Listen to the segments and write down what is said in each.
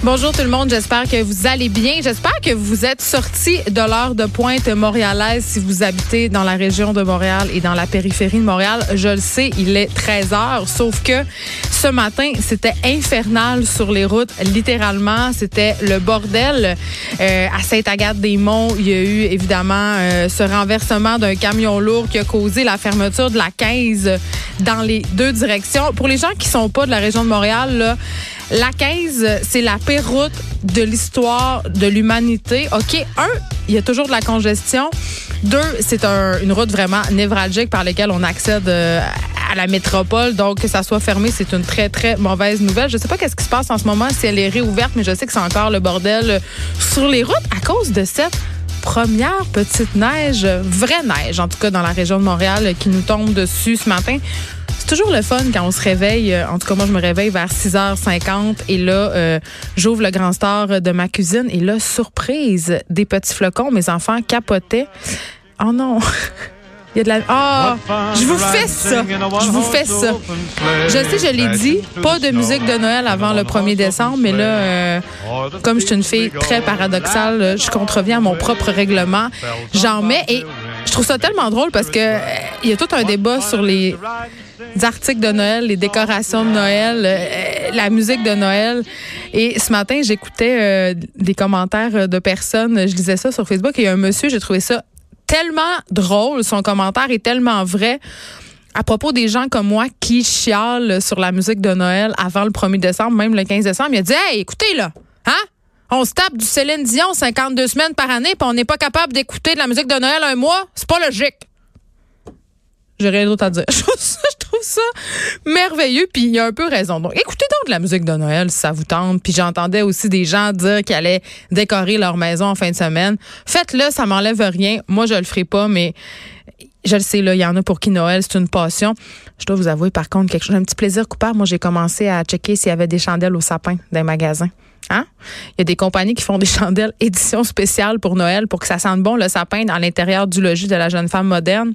Bonjour tout le monde, j'espère que vous allez bien. J'espère que vous êtes sortis de l'heure de pointe montréalaise si vous habitez dans la région de Montréal et dans la périphérie de Montréal. Je le sais, il est 13h, sauf que ce matin, c'était infernal sur les routes, littéralement. C'était le bordel. À Sainte-Agathe-des-Monts, il y a eu évidemment ce renversement d'un camion lourd qui a causé la fermeture de la 15 dans les deux directions. Pour les gens qui sont pas de la région de Montréal, là, la 15, c'est la pire route de l'histoire de l'humanité. OK, il y a toujours de la congestion. 2, c'est une route vraiment névralgique par laquelle on accède à la métropole. Donc, que ça soit fermé, c'est une très, très mauvaise nouvelle. Je sais pas qu'est-ce qui se passe en ce moment, si elle est réouverte, mais je sais que c'est encore le bordel sur les routes à cause de cette première petite neige, vraie neige, en tout cas dans la région de Montréal, qui nous tombe dessus ce matin. C'est toujours le fun quand on se réveille. En tout cas, moi, je me réveille vers 6h50 et là, j'ouvre le grand store de ma cuisine et là, surprise, des petits flocons. Mes enfants capotaient. Oh non! Il y a de la... je vous fais ça. Je vous fais ça. Je sais, je l'ai dit, pas de musique de Noël avant le 1er décembre, mais là, comme je suis une fille très paradoxale, je contreviens à mon propre règlement. J'en mets et je trouve ça tellement drôle parce que il y a tout un débat sur les articles de Noël, les décorations de Noël, la musique de Noël. Et ce matin, j'écoutais des commentaires de personnes. Je lisais ça sur Facebook et il y a un monsieur, j'ai trouvé ça tellement drôle, son commentaire est tellement vrai à propos des gens comme moi qui chialent sur la musique de Noël avant le 1er décembre, même le 15 décembre. Il a dit « Hey, écoutez là, hein? On se tape du Céline Dion 52 semaines par année puis on n'est pas capable d'écouter de la musique de Noël un mois. C'est pas logique. » J'ai rien d'autre à dire. Je trouve ça merveilleux, puis il a un peu raison. Donc, écoutez donc de la musique de Noël si ça vous tente. Puis j'entendais aussi des gens dire qu'ils allaient décorer leur maison en fin de semaine. Faites-le, ça m'enlève rien. Moi, je le ferai pas, mais je le sais, là, il y en a pour qui Noël, c'est une passion. Je dois vous avouer, par contre, quelque chose, un petit plaisir coupable. Moi, j'ai commencé à checker s'il y avait des chandelles au sapin dans les magasins. Hein? Il y a des compagnies qui font des chandelles édition spéciale pour Noël pour que ça sente bon le sapin dans l'intérieur du logis de la jeune femme moderne.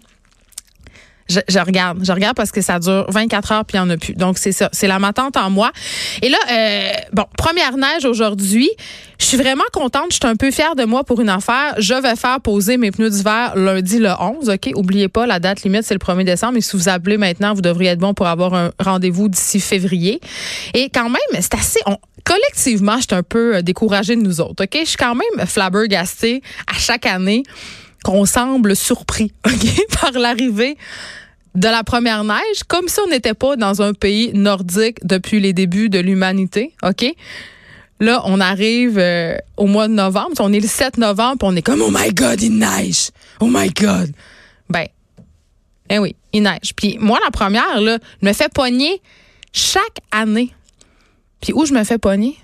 Je regarde parce que ça dure 24 heures puis il n'y en a plus. Donc, c'est ça. C'est la matante en moi. Et là, première neige aujourd'hui. Je suis vraiment contente. Je suis un peu fière de moi pour une affaire. Je vais faire poser mes pneus d'hiver lundi le 11. OK? Oubliez pas, la date limite, c'est le 1er décembre. Et si vous appelez maintenant, vous devriez être bon pour avoir un rendez-vous d'ici février. Et quand même, c'est assez... collectivement, je suis un peu découragée de nous autres. OK? Je suis quand même flabbergastée à chaque année qu'on semble surpris, OK, par l'arrivée de la première neige, comme si on n'était pas dans un pays nordique depuis les débuts de l'humanité, OK? Là, on arrive au mois de novembre, on est le 7 novembre, puis on est comme « Oh my God, il neige! Oh my God! » Ben oui, il neige. Puis moi, la première, là, je me fais pogner chaque année. Puis où je me fais pogner?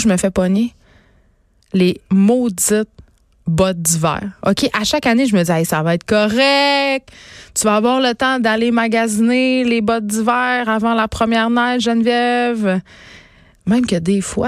Les maudites bottes d'hiver. OK, à chaque année, je me dis hey, ça va être correct. Tu vas avoir le temps d'aller magasiner les bottes d'hiver avant la première neige, Geneviève. Même que des fois,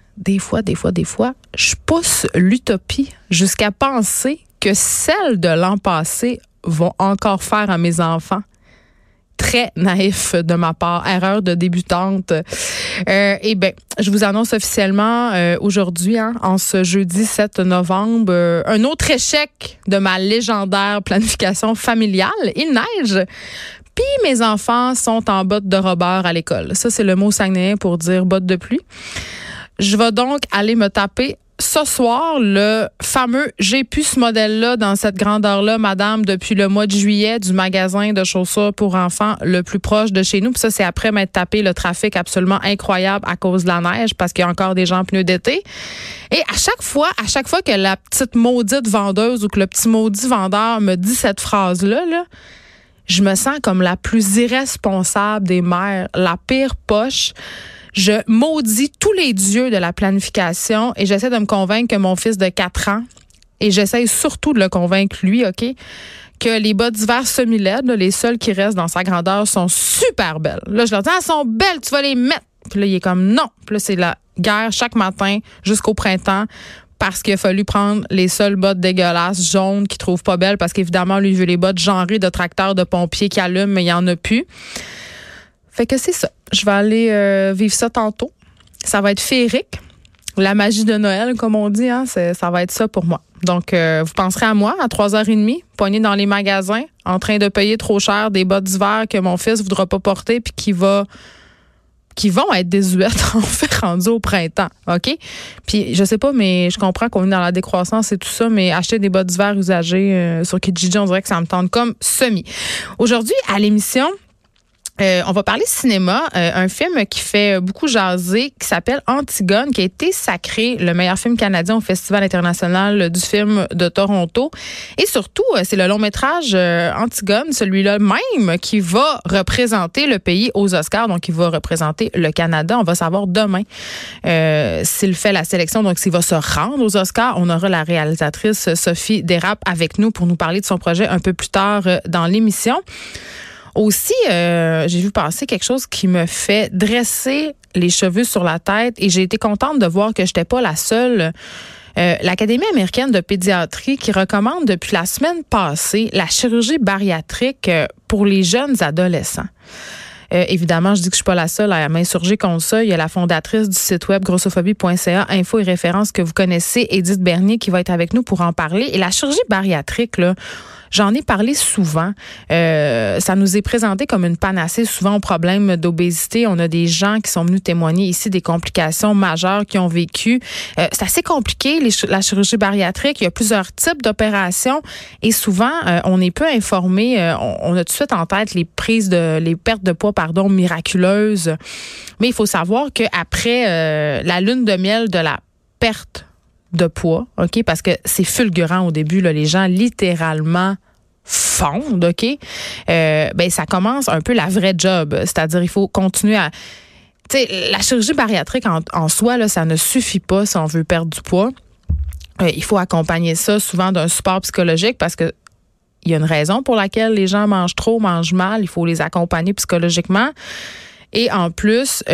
je pousse l'utopie jusqu'à penser que celles de l'an passé vont encore faire à mes enfants. Très naïf de ma part, erreur de débutante. Eh bien, je vous annonce officiellement aujourd'hui, en ce jeudi 7 novembre, un autre échec de ma légendaire planification familiale. Il neige. Puis mes enfants sont en bottes de Robert à l'école. Ça, c'est le mot saguenayen pour dire bottes de pluie. Je vais donc aller me taper ce soir, le fameux « J'ai plus ce modèle-là dans cette grandeur-là, madame, depuis le mois de juillet du magasin de chaussures pour enfants le plus proche de chez nous. » Puis ça, c'est après m'être tapé le trafic absolument incroyable à cause de la neige parce qu'il y a encore des gens en pneus d'été. Et à chaque fois que la petite maudite vendeuse ou que le petit maudit vendeur me dit cette phrase-là, là, je me sens comme la plus irresponsable des mères, la pire poche. Je maudis tous les dieux de la planification et j'essaie de me convaincre que mon fils de 4 ans, et j'essaie surtout de le convaincre lui, OK, que les bottes d'hiver semi-LED, les seules qui restent dans sa grandeur, sont super belles. Là, je leur dis, elles sont belles, tu vas les mettre. Puis là, il est comme, non. Puis là, c'est la guerre chaque matin jusqu'au printemps parce qu'il a fallu prendre les seules bottes dégueulasses, jaunes, qu'il trouve pas belles parce qu'évidemment, lui, il veut les bottes genrées de tracteurs de pompiers qui allument, mais il n'y en a plus. Fait que c'est ça. Je vais aller vivre ça tantôt. Ça va être féerique. la magie de Noël, comme on dit, hein, ça va être ça pour moi. Donc, vous penserez à moi à 3h30, poignée dans les magasins, en train de payer trop cher des bottes d'hiver que mon fils voudra pas porter puis qui vont être désuètes, en fait, rendues au printemps, OK? Puis, je sais pas, mais je comprends qu'on est dans la décroissance et tout ça, mais acheter des bottes d'hiver usagées sur Kijiji, on dirait que ça me tente comme semi. Aujourd'hui, à l'émission, on va parler cinéma, un film qui fait beaucoup jaser, qui s'appelle Antigone, qui a été sacré le meilleur film canadien au Festival international du film de Toronto. Et surtout, c'est le long-métrage Antigone, celui-là même, qui va représenter le pays aux Oscars, donc qui va représenter le Canada. On va savoir demain s'il fait la sélection, donc s'il va se rendre aux Oscars. On aura la réalisatrice Sophie Dérape avec nous pour nous parler de son projet un peu plus tard dans l'émission. Aussi, j'ai vu passer quelque chose qui me fait dresser les cheveux sur la tête et j'ai été contente de voir que je n'étais pas la seule. L'Académie américaine de pédiatrie qui recommande depuis la semaine passée la chirurgie bariatrique pour les jeunes adolescents. Évidemment, je dis que je suis pas la seule à m'insurger contre ça. Il y a la fondatrice du site web grossophobie.ca, info et références que vous connaissez, Édith Bernier, qui va être avec nous pour en parler. Et la chirurgie bariatrique, là, j'en ai parlé souvent. Ça nous est présenté comme une panacée souvent aux problèmes d'obésité. On a des gens qui sont venus témoigner ici des complications majeures qu'ils ont vécues. C'est assez compliqué, la chirurgie bariatrique. Il y a plusieurs types d'opérations et souvent, on est peu informé. On a tout de suite en tête les pertes de poids, miraculeuses. Mais il faut savoir qu'après la lune de miel de la perte de poids, OK, parce que c'est fulgurant au début, là, les gens littéralement fondent, OK, ça commence un peu la vraie job, c'est-à-dire il faut continuer à... Tu sais, la chirurgie bariatrique en soi, là, ça ne suffit pas si on veut perdre du poids. Il faut accompagner ça souvent d'un support psychologique parce que il y a une raison pour laquelle les gens mangent trop, mangent mal, il faut les accompagner psychologiquement. Et en plus,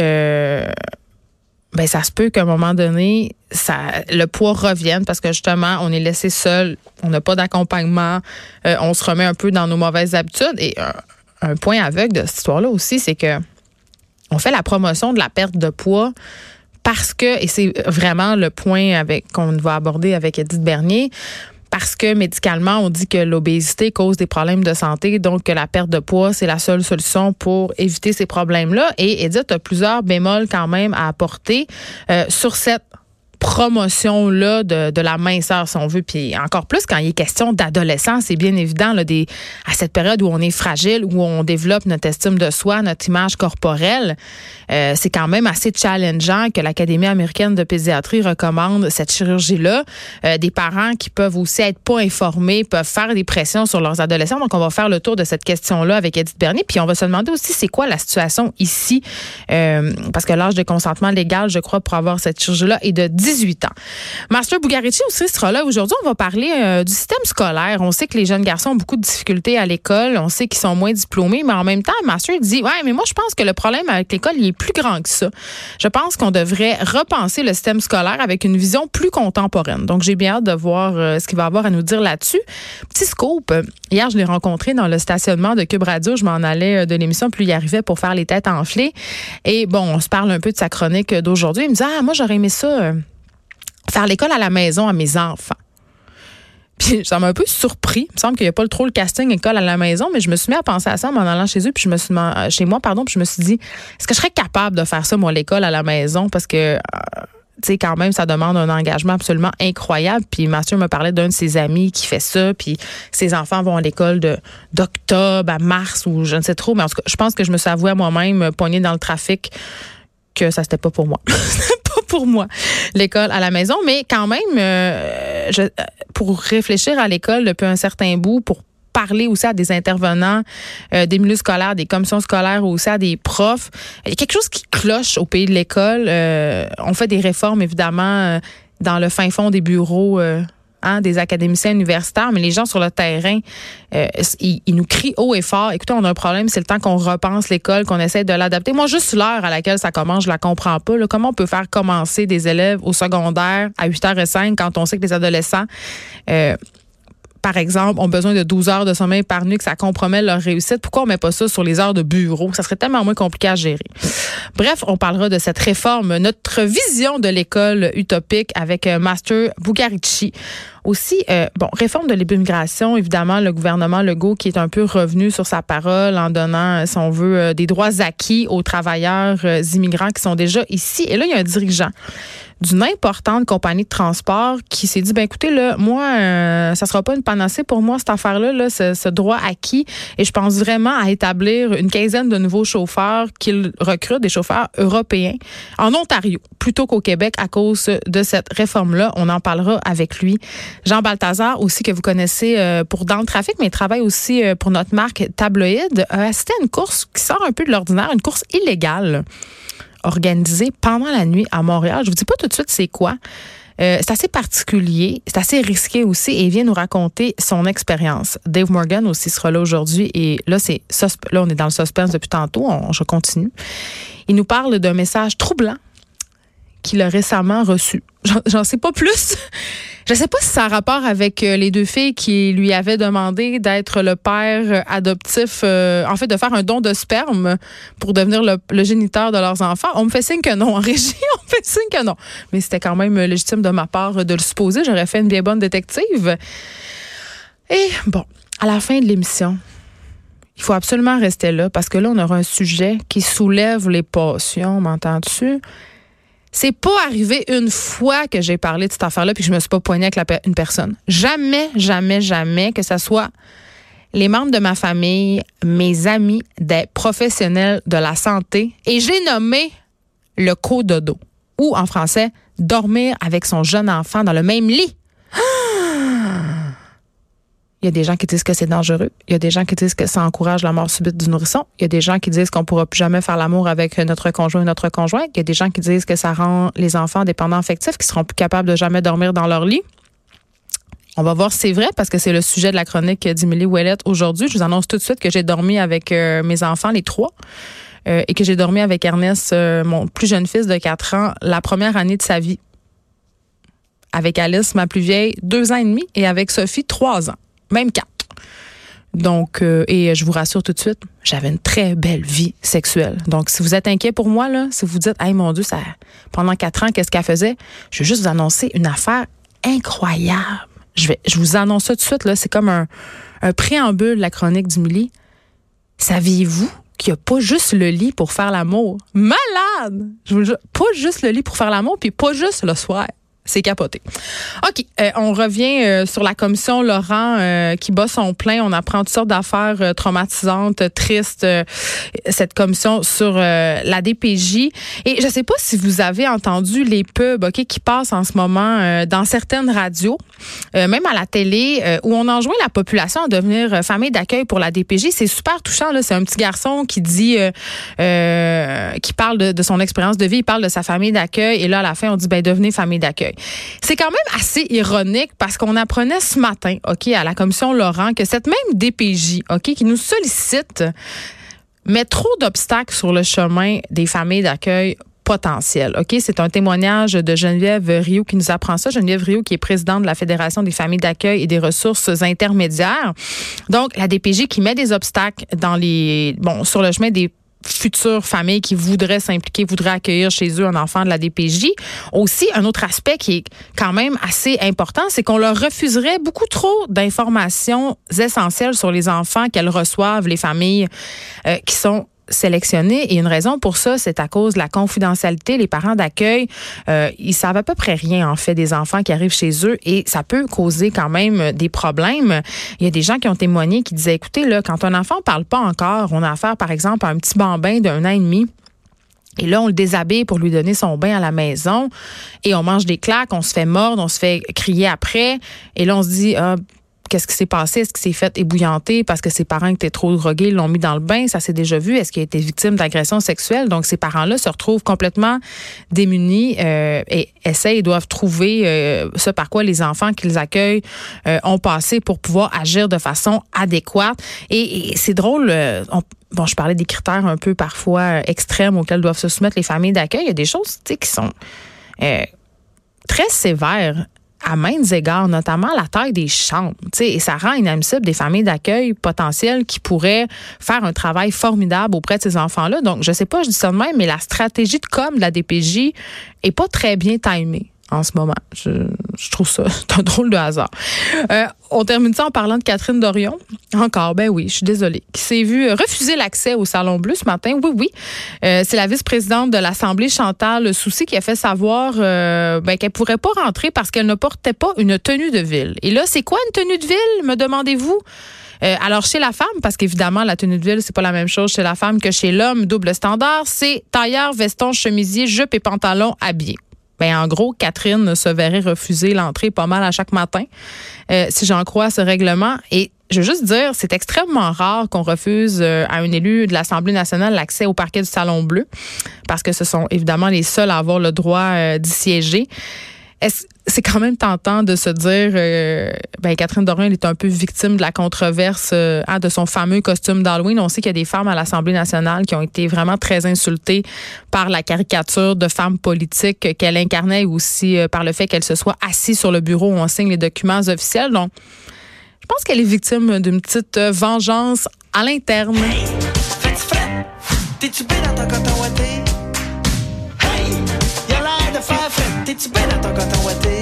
ça se peut qu'à un moment donné, le poids revienne parce que justement, on est laissé seul, on n'a pas d'accompagnement, on se remet un peu dans nos mauvaises habitudes. Et un point aveugle de cette histoire-là aussi, c'est que on fait la promotion de la perte de poids parce que, et c'est vraiment le point qu'on va aborder avec Édith Bernier, parce que médicalement, on dit que l'obésité cause des problèmes de santé, donc que la perte de poids, c'est la seule solution pour éviter ces problèmes-là. Et Édith a plusieurs bémols quand même à apporter sur cette promotion-là de la minceur, si on veut. Puis encore plus quand il est question d'adolescence, c'est bien évident là, à cette période où on est fragile, où on développe notre estime de soi, notre image corporelle, c'est quand même assez challengeant que l'Académie américaine de pédiatrie recommande cette chirurgie-là. Des parents qui peuvent aussi être pas informés, peuvent faire des pressions sur leurs adolescents. Donc, on va faire le tour de cette question-là avec Édith Bernier. Puis, on va se demander aussi c'est quoi la situation ici, parce que l'âge de consentement légal, je crois, pour avoir cette chirurgie-là est de 18 ans. Master Bugarici aussi sera là. Aujourd'hui, on va parler du système scolaire. On sait que les jeunes garçons ont beaucoup de difficultés à l'école. On sait qu'ils sont moins diplômés, mais en même temps, Master dit, ouais, mais moi, je pense que le problème avec l'école, il est plus grand que ça. Je pense qu'on devrait repenser le système scolaire avec une vision plus contemporaine. Donc, j'ai bien hâte de voir ce qu'il va avoir à nous dire là-dessus. Petit scoop. Hier, je l'ai rencontré dans le stationnement de Cube Radio. Je m'en allais de l'émission, puis il arrivait pour faire les têtes enflées. Et bon, on se parle un peu de sa chronique d'aujourd'hui. Il me dit, moi, j'aurais aimé ça, faire l'école à la maison à mes enfants. Puis ça m'a un peu surpris. Il me semble qu'il n'y a pas trop le casting école à la maison, mais je me suis mis à penser à ça en m'en allant chez eux, puis chez moi, puis je me suis dit, est-ce que je serais capable de faire ça, moi, l'école à la maison? Parce que, tu sais, quand même, ça demande un engagement absolument incroyable. Puis Mathieu me parlait d'un de ses amis qui fait ça, puis ses enfants vont à l'école d'octobre à mars ou je ne sais trop. Mais en tout cas, je pense que je me suis avouée à moi-même, poignée dans le trafic, que ça, c'était pas pour moi. Pour moi, l'école à la maison, mais quand même, pour réfléchir à l'école depuis un certain bout, pour parler aussi à des intervenants des milieux scolaires, des commissions scolaires ou aussi à des profs, il y a quelque chose qui cloche au pays de l'école. On fait des réformes, évidemment, dans le fin fond des bureaux des académiciens universitaires, mais les gens sur le terrain, ils nous crient haut et fort. Écoutez, on a un problème, c'est le temps qu'on repense l'école, qu'on essaie de l'adapter. Moi, juste l'heure à laquelle ça commence, je la comprends pas. Là. Comment on peut faire commencer des élèves au secondaire à 8h05 quand on sait que les adolescents par exemple, ont besoin de 12 heures de sommeil par nuit, que ça compromet leur réussite. Pourquoi on met pas ça sur les heures de bureau? Ça serait tellement moins compliqué à gérer. Bref, on parlera de cette réforme, notre vision de l'école utopique avec Master Bugarici. Aussi, réforme de l'immigration, évidemment, le gouvernement Legault qui est un peu revenu sur sa parole en donnant, si on veut, des droits acquis aux travailleurs immigrants qui sont déjà ici. Et là, il y a un dirigeant d'une importante compagnie de transport qui s'est dit, écoutez, là, moi, ça sera pas une panacée pour moi, cette affaire-là, là, ce droit acquis. Et je pense vraiment à établir une quinzaine de nouveaux chauffeurs qu'il recrute, des chauffeurs européens, en Ontario, plutôt qu'au Québec, à cause de cette réforme-là. On en parlera avec lui. Jean Balthazar, aussi, que vous connaissez pour Dans le trafic, mais il travaille aussi pour notre marque Tabloïd, a assisté à une course qui sort un peu de l'ordinaire, une course illégale organisée pendant la nuit à Montréal. Je vous dis pas tout de suite c'est quoi. C'est assez particulier, c'est assez risqué aussi et il vient nous raconter son expérience. Dave Morgan aussi sera là aujourd'hui et là, on est dans le suspense depuis tantôt, je continue. Il nous parle d'un message troublant qu'il a récemment reçu. J'en sais pas plus. Je sais pas si ça a rapport avec les deux filles qui lui avaient demandé d'être le père adoptif, en fait, de faire un don de sperme pour devenir le géniteur de leurs enfants. On me fait signe que non. En régie, on me fait signe que non. Mais c'était quand même légitime de ma part de le supposer. J'aurais fait une bien bonne détective. Et bon, à la fin de l'émission, il faut absolument rester là parce que là, on aura un sujet qui soulève les passions, m'entends-tu? C'est pas arrivé une fois que j'ai parlé de cette affaire-là puis que je me suis pas poignée avec une personne. Jamais, jamais, jamais que ce soit les membres de ma famille, mes amis, des professionnels de la santé. Et j'ai nommé le cododo. Ou, en français, dormir avec son jeune enfant dans le même lit. Il y a des gens qui disent que c'est dangereux. Il y a des gens qui disent que ça encourage la mort subite du nourrisson. Il y a des gens qui disent qu'on ne pourra plus jamais faire l'amour avec notre conjoint ou notre conjointe. Il y a des gens qui disent que ça rend les enfants dépendants affectifs, qui seront plus capables de jamais dormir dans leur lit. On va voir si c'est vrai parce que c'est le sujet de la chronique d'Émilie Ouellette aujourd'hui. Je vous annonce tout de suite que j'ai dormi avec mes enfants, les 3, et que j'ai dormi avec Ernest, mon plus jeune fils de 4 ans, la première année de sa vie. Avec Alice, ma plus vieille, 2 ans et demi, et avec Sophie, 3 ans. Même 4. Donc, et je vous rassure tout de suite, j'avais une très belle vie sexuelle. Donc, si vous êtes inquiet pour moi, là, si vous dites, hey mon Dieu, pendant 4 ans, qu'est-ce qu'elle faisait? Je vais juste vous annoncer une affaire incroyable. Je vous annonce ça tout de suite, là. C'est comme un préambule de la chronique d'Émilie. Saviez-vous qu'il n'y a pas juste le lit pour faire l'amour? Malade! Je vous le jure, pas juste le lit pour faire l'amour, puis pas juste le soir. C'est capoté. OK, on revient sur la commission Laurent qui bat son plein. On apprend toutes sortes d'affaires traumatisantes, tristes. Cette commission sur la DPJ. Et je sais pas si vous avez entendu les pubs qui passent en ce moment dans certaines radios, même à la télé, où on enjoint la population à devenir famille d'accueil pour la DPJ. C'est super touchant. Là. C'est un petit garçon qui dit, qui parle de son expérience de vie. Il parle de sa famille d'accueil. Et là, à la fin, on dit, devenez famille d'accueil. C'est quand même assez ironique parce qu'on apprenait ce matin, à la commission Laurent, que cette même DPJ, qui nous sollicite, met trop d'obstacles sur le chemin des familles d'accueil potentielles. C'est un témoignage de Geneviève Rioux qui nous apprend ça. Geneviève Rioux, qui est présidente de la Fédération des familles d'accueil et des ressources intermédiaires. Donc, la DPJ qui met des obstacles sur le chemin des futures familles qui voudraient s'impliquer, voudraient accueillir chez eux un enfant de la DPJ. Aussi, un autre aspect qui est quand même assez important, c'est qu'on leur refuserait beaucoup trop d'informations essentielles sur les enfants qu'elles reçoivent, les familles qui sont sélectionnés. Et une raison pour ça, c'est à cause de la confidentialité. Les parents d'accueil, ils savent à peu près rien, en fait, des enfants qui arrivent chez eux et ça peut causer quand même des problèmes. Il y a des gens qui ont témoigné qui disaient, écoutez, là, quand un enfant parle pas encore, on a affaire, par exemple, à un petit bambin d'1 an et demi. Et là, on le déshabille pour lui donner son bain à la maison et on mange des claques, on se fait mordre, on se fait crier après. Et là, on se dit, qu'est-ce qui s'est passé? Est-ce qu'il s'est fait ébouillanter parce que ses parents étaient trop drogués, l'ont mis dans le bain? Ça s'est déjà vu. Est-ce qu'il a été victime d'agression sexuelle? Donc, ces parents-là se retrouvent complètement démunis et doivent trouver ce par quoi les enfants qu'ils accueillent ont passé pour pouvoir agir de façon adéquate. Et c'est drôle, je parlais des critères un peu parfois extrêmes auxquels doivent se soumettre les familles d'accueil. Il y a des choses qui sont très sévères à maints égards, notamment la taille des chambres. Et ça rend inadmissible des familles d'accueil potentielles qui pourraient faire un travail formidable auprès de ces enfants-là. Donc, je sais pas, je dis ça de même, mais la stratégie de com de la DPJ est pas très bien timée en ce moment. Je trouve ça c'est un drôle de hasard. On termine ça en parlant de Catherine Dorion. Encore, ben oui, je suis désolée. Qui s'est vue refuser l'accès au Salon Bleu ce matin. Oui. C'est la vice-présidente de l'Assemblée, Chantal Soucy, qui a fait savoir qu'elle pourrait pas rentrer parce qu'elle ne portait pas une tenue de ville. Et là, c'est quoi une tenue de ville, me demandez-vous? Alors, chez la femme, parce qu'évidemment, la tenue de ville, c'est pas la même chose chez la femme que chez l'homme. Double standard, c'est tailleur, veston, chemisier, jupe et pantalon habillés. Ben, en gros, Catherine se verrait refuser l'entrée pas mal à chaque matin, si j'en crois à ce règlement. Et je veux juste dire, c'est extrêmement rare qu'on refuse à un élu de l'Assemblée nationale l'accès au parquet du Salon Bleu, parce que ce sont évidemment les seuls à avoir le droit d'y siéger. C'est quand même tentant de se dire, Catherine Dorion, elle est un peu victime de la controverse de son fameux costume d'Halloween. On sait qu'il y a des femmes à l'Assemblée nationale qui ont été vraiment très insultées par la caricature de femme politique qu'elle incarnait, et aussi par le fait qu'elle se soit assise sur le bureau où on signe les documents officiels. Donc, je pense qu'elle est victime d'une petite vengeance à l'interne. Hey, fais-tu frais? T'es-tu bien dans ton coton ouaté? Hey, y'a l'air de faire frais. T'es-tu bien dans ton coton ouaté?